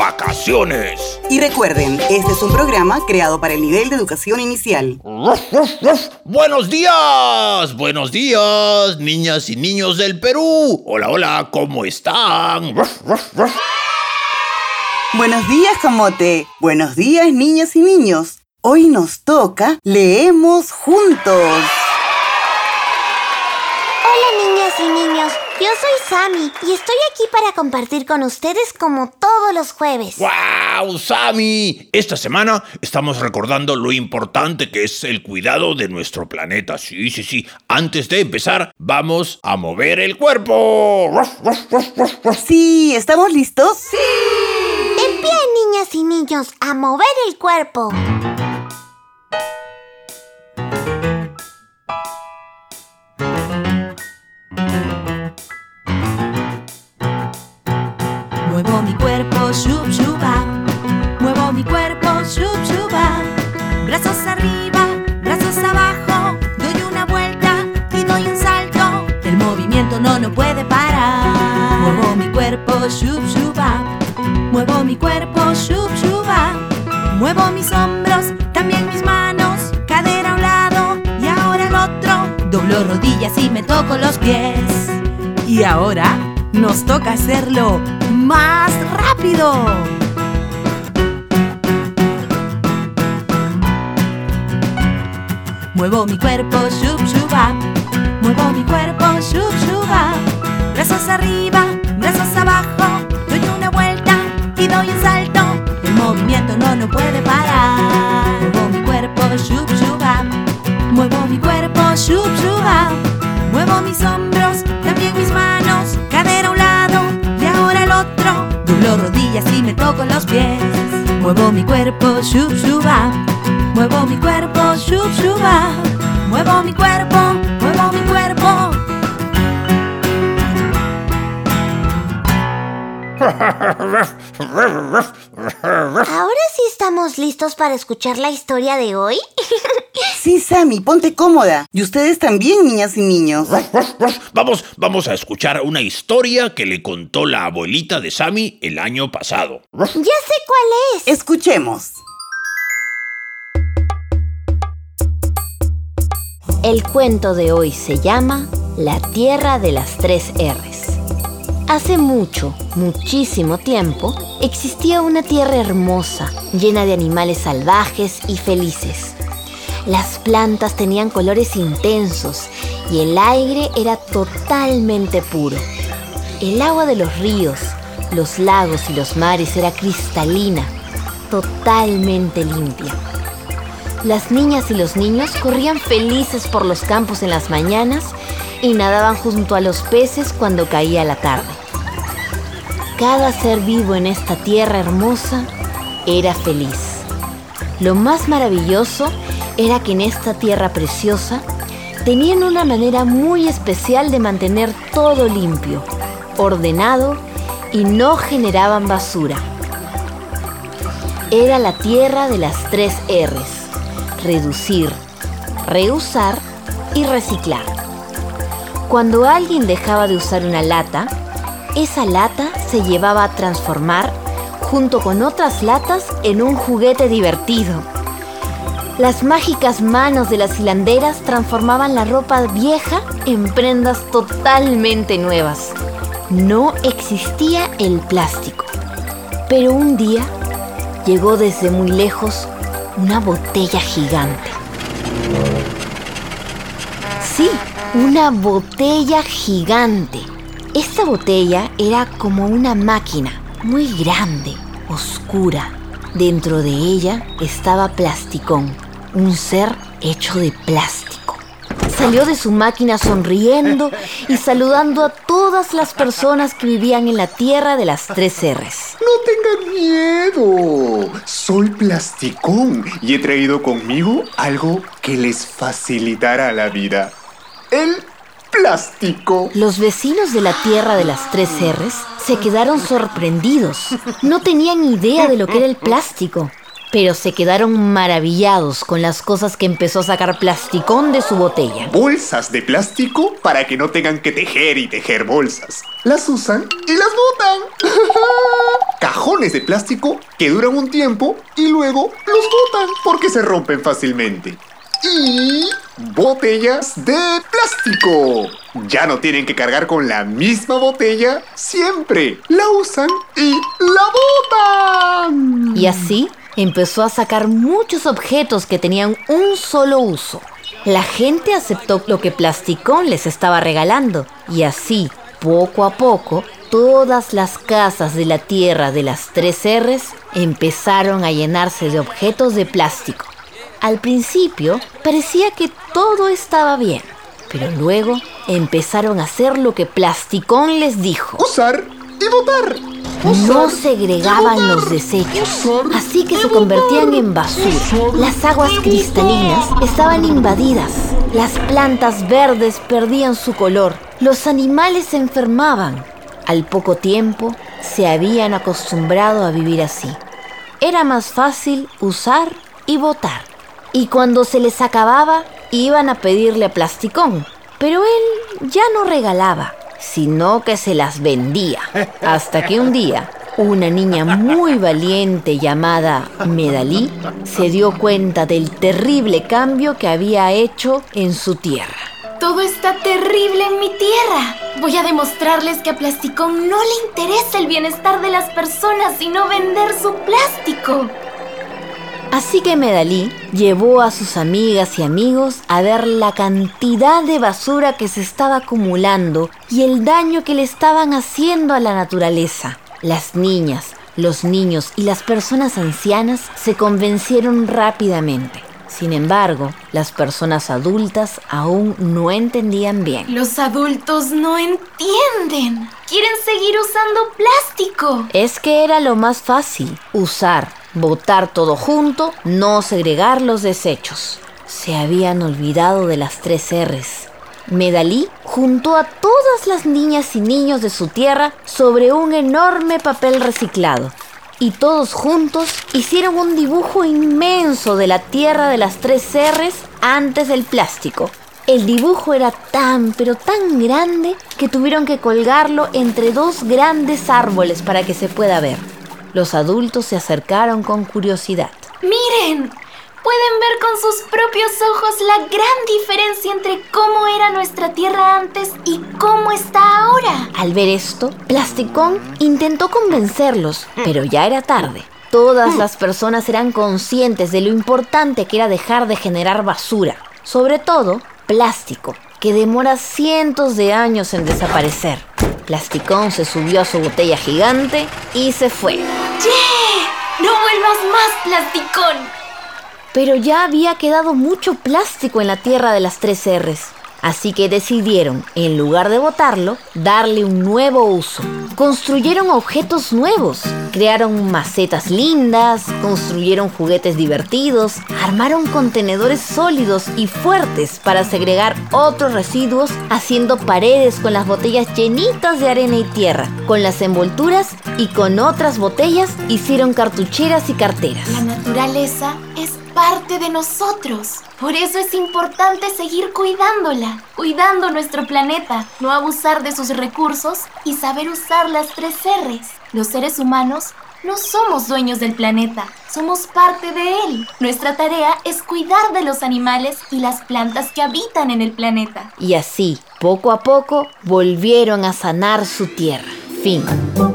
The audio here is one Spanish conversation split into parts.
vacaciones. Y recuerden, este es un programa creado para el nivel de educación inicial. Buenos días, niñas y niños del Perú. Hola, ¿cómo están? Buenos días, Camote. Buenos días, niñas y niños. Hoy nos toca Leemos Juntos. Hola, niñas y niños. Yo soy Sammy y estoy aquí para compartir con ustedes como todos los jueves. ¡Wow, Sammy! Esta semana estamos recordando lo importante que es el cuidado de nuestro planeta. Sí. Antes de empezar, vamos a mover el cuerpo. Sí, ¿estamos listos? ¡Sí! En pie, niñas y niños, a mover el cuerpo. Muevo mi cuerpo, shup, shuba. Muevo mi cuerpo, shup, shuba. Brazos arriba, brazos abajo. Doy una vuelta y doy un salto. El movimiento no puede parar. Muevo mi cuerpo, shup, shuba. Muevo mi cuerpo, shup, shuba. Muevo mis hombros, también mis manos. Cadera a un lado y ahora al otro. Doblo rodillas y me toco los pies. Y ahora nos toca hacerlo más rápido. Muevo mi cuerpo, shup, shuba. Muevo mi cuerpo, shup, shuba. Brazos arriba, brazos abajo. Doy una vuelta y doy un salto. El movimiento no puede parar. Muevo mi cuerpo, shup, shuba. Muevo mi cuerpo, shup, shuba. Muevo mis hombros, también mis manos. Cadera a un lado y ahora al otro. Doblo rodillas y me toco los pies. Muevo mi cuerpo, shup, shuba. Muevo mi cuerpo, shup, shuba. Muevo mi cuerpo, muevo mi cuerpo. ¿Ahora sí estamos listos para escuchar la historia de hoy? Sí, Sammy, ponte cómoda. Y ustedes también, niñas y niños. Vamos a escuchar una historia que le contó la abuelita de Sammy el año pasado. Ya sé cuál es. Escuchemos. El cuento de hoy se llama La Tierra de las Tres R's. Hace muchísimo tiempo, existía una tierra hermosa, llena de animales salvajes y felices. Las plantas tenían colores intensos y el aire era totalmente puro. El agua de los ríos, los lagos y los mares era cristalina, totalmente limpia. Las niñas y los niños corrían felices por los campos en las mañanas y nadaban junto a los peces cuando caía la tarde. Cada ser vivo en esta tierra hermosa era feliz. Lo más maravilloso era que en esta tierra preciosa tenían una manera muy especial de mantener todo limpio, ordenado y no generaban basura. Era la tierra de las tres R's: reducir, reusar y reciclar. Cuando alguien dejaba de usar una lata, esa lata se llevaba a transformar junto con otras latas en un juguete divertido. Las mágicas manos de las hilanderas transformaban la ropa vieja en prendas totalmente nuevas. No existía el plástico. Pero un día llegó desde muy lejos una botella gigante. Sí, una botella gigante. Esta botella era como una máquina muy grande, oscura. Dentro de ella estaba Plasticón, un ser hecho de plástico. Salió de su máquina sonriendo y saludando a todas las personas que vivían en la tierra de las tres R's. ¡No tengan miedo! Soy Plasticón y he traído conmigo algo que les facilitará la vida. El plástico. Los vecinos de la tierra de las tres R's se quedaron sorprendidos. No tenían idea de lo que era el plástico. pero se quedaron maravillados con las cosas que empezó a sacar Plasticón de su botella. Bolsas de plástico para que no tengan que tejer y tejer bolsas. Las usan y las botan. Cajones de plástico que duran un tiempo y luego los botan porque se rompen fácilmente. Y botellas de plástico. Ya no tienen que cargar con la misma botella siempre. La usan y la botan. Y así empezó a sacar muchos objetos que tenían un solo uso. La gente aceptó lo que Plasticón les estaba regalando. Y así, poco a poco, todas las casas de la Tierra de las 3 R's empezaron a llenarse de objetos de plástico. Al principio parecía que todo estaba bien, pero luego empezaron a hacer lo que Plasticón les dijo. Usar y botar. No segregaban los desechos, así que se convertían en basura. Las aguas cristalinas estaban invadidas, las plantas verdes perdían su color, los animales se enfermaban. Al poco tiempo se habían acostumbrado a vivir así. Era más fácil usar y botar. Y cuando se les acababa, iban a pedirle a Plasticón. Pero él ya no regalaba, sino que se las vendía. Hasta que un día, una niña muy valiente llamada Medalí se dio cuenta del terrible cambio que había hecho en su tierra. Todo está terrible en mi tierra. Voy a demostrarles que a Plasticón no le interesa el bienestar de las personas, sino vender su plástico. Así que Medalí llevó a sus amigas y amigos a ver la cantidad de basura que se estaba acumulando y el daño que le estaban haciendo a la naturaleza. Las niñas, los niños y las personas ancianas se convencieron rápidamente. Sin embargo, las personas adultas aún no entendían bien. Los adultos no entienden. Quieren seguir usando plástico. Es que era lo más fácil, usar, botar todo junto, no segregar los desechos. Se habían olvidado de las 3 R's. Medalí juntó a todas las niñas y niños de su tierra sobre un enorme papel reciclado. Y todos juntos hicieron un dibujo inmenso de la tierra de las 3 R's antes del plástico. El dibujo era pero tan grande que tuvieron que colgarlo entre 2 grandes árboles para que se pueda ver. Los adultos se acercaron con curiosidad. ¡Miren! Pueden ver con sus propios ojos la gran diferencia entre cómo era nuestra tierra antes y cómo está ahora. Al ver esto, Plasticón intentó convencerlos, pero ya era tarde. Todas las personas eran conscientes de lo importante que era dejar de generar basura, sobre todo plástico, que demora cientos de años en desaparecer. Plasticón se subió a su botella gigante y se fue. ¡Yeah! ¡No vuelvas más, Plasticón! Pero ya había quedado mucho plástico en la tierra de las 3 R's. Así que decidieron, en lugar de botarlo, darle un nuevo uso. Construyeron objetos nuevos, crearon macetas lindas, construyeron juguetes divertidos, armaron contenedores sólidos y fuertes para segregar otros residuos, haciendo paredes con las botellas llenitas de arena y tierra. Con las envolturas y con otras botellas hicieron cartucheras y carteras. La naturaleza es parte de nosotros. Por eso es importante seguir cuidándola, cuidando nuestro planeta, no abusar de sus recursos y saber usar las 3 R's. Los seres humanos no somos dueños del planeta, somos parte de él. Nuestra tarea es cuidar de los animales y las plantas que habitan en el planeta. Y así, poco a poco, volvieron a sanar su tierra. Fin.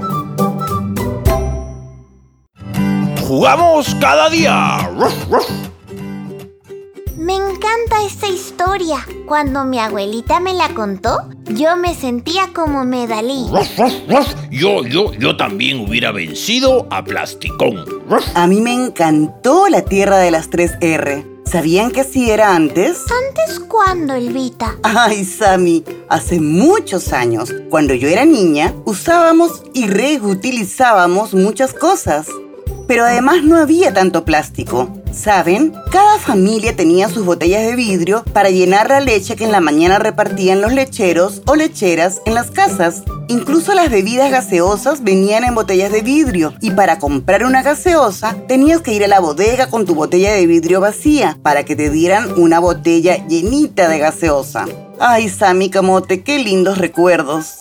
¡Jugamos cada día! ¡Ruf, ruf! Me encanta esta historia. Cuando mi abuelita me la contó, yo me sentía como Medalí. ¡Ruf, ruf, ruf! Yo también hubiera vencido a Plasticón. ¡Ruf! A mí me encantó la tierra de las 3 R. ¿Sabían que así era antes? ¿Antes cuándo, Elvita? Ay, Sammy, hace muchos años, cuando yo era niña, usábamos y reutilizábamos muchas cosas. Pero además no había tanto plástico. ¿Saben? Cada familia tenía sus botellas de vidrio para llenar la leche que en la mañana repartían los lecheros o lecheras en las casas. Incluso las bebidas gaseosas venían en botellas de vidrio y para comprar una gaseosa tenías que ir a la bodega con tu botella de vidrio vacía para que te dieran una botella llenita de gaseosa. Ay, Sammy Camote, qué lindos recuerdos.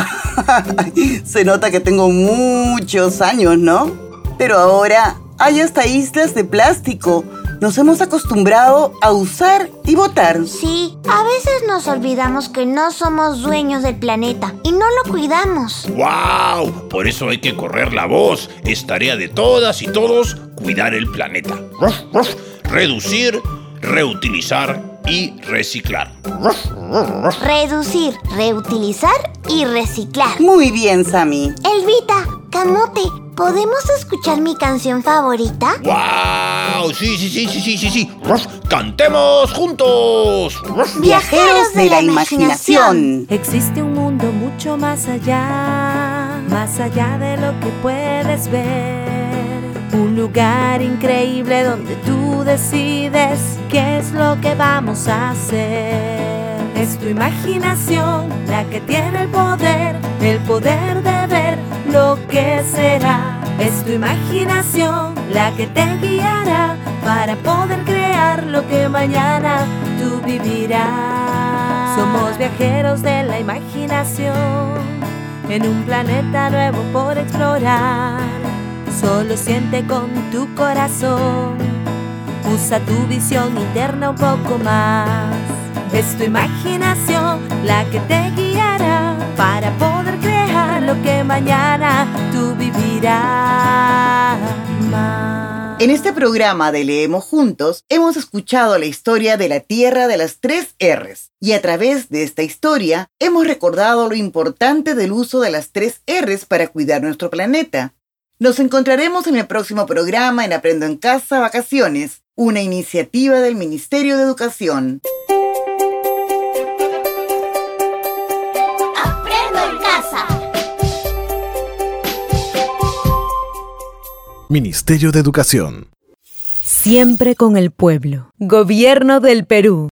Se nota que tengo muchos años, ¿no? Pero ahora hay hasta islas de plástico. Nos hemos acostumbrado a usar y botar. Sí, a veces nos olvidamos que no somos dueños del planeta y no lo cuidamos. ¡Wow! Por eso hay que correr la voz. Es tarea de todas y todos cuidar el planeta. Reducir, reutilizar y reciclar. Reducir, reutilizar y reciclar. Muy bien, Sammy. Elvita, Camote, ¿podemos escuchar mi canción favorita? ¡Wow! Sí. ¡Cantemos juntos! Viajeros de la imaginación. Existe un mundo mucho más allá de lo que puedes ver. Un lugar increíble donde tú decides qué es lo que vamos a hacer. Es tu imaginación la que tiene el poder de ver lo que será. Es tu imaginación la que te guiará para poder crear lo que mañana tú vivirás. Somos viajeros de la imaginación en un planeta nuevo por explorar. Solo siente con tu corazón, usa tu visión interna un poco más. Es tu imaginación la que te guiará para poder crear lo que mañana tú vivirás más. En este programa de Leemos Juntos, hemos escuchado la historia de la Tierra de las 3 R's. Y a través de esta historia, hemos recordado lo importante del uso de las 3 R's para cuidar nuestro planeta. Nos encontraremos en el próximo programa en Aprendo en Casa Vacaciones, una iniciativa del Ministerio de Educación. Aprendo en Casa. Ministerio de Educación. Siempre con el pueblo. Gobierno del Perú.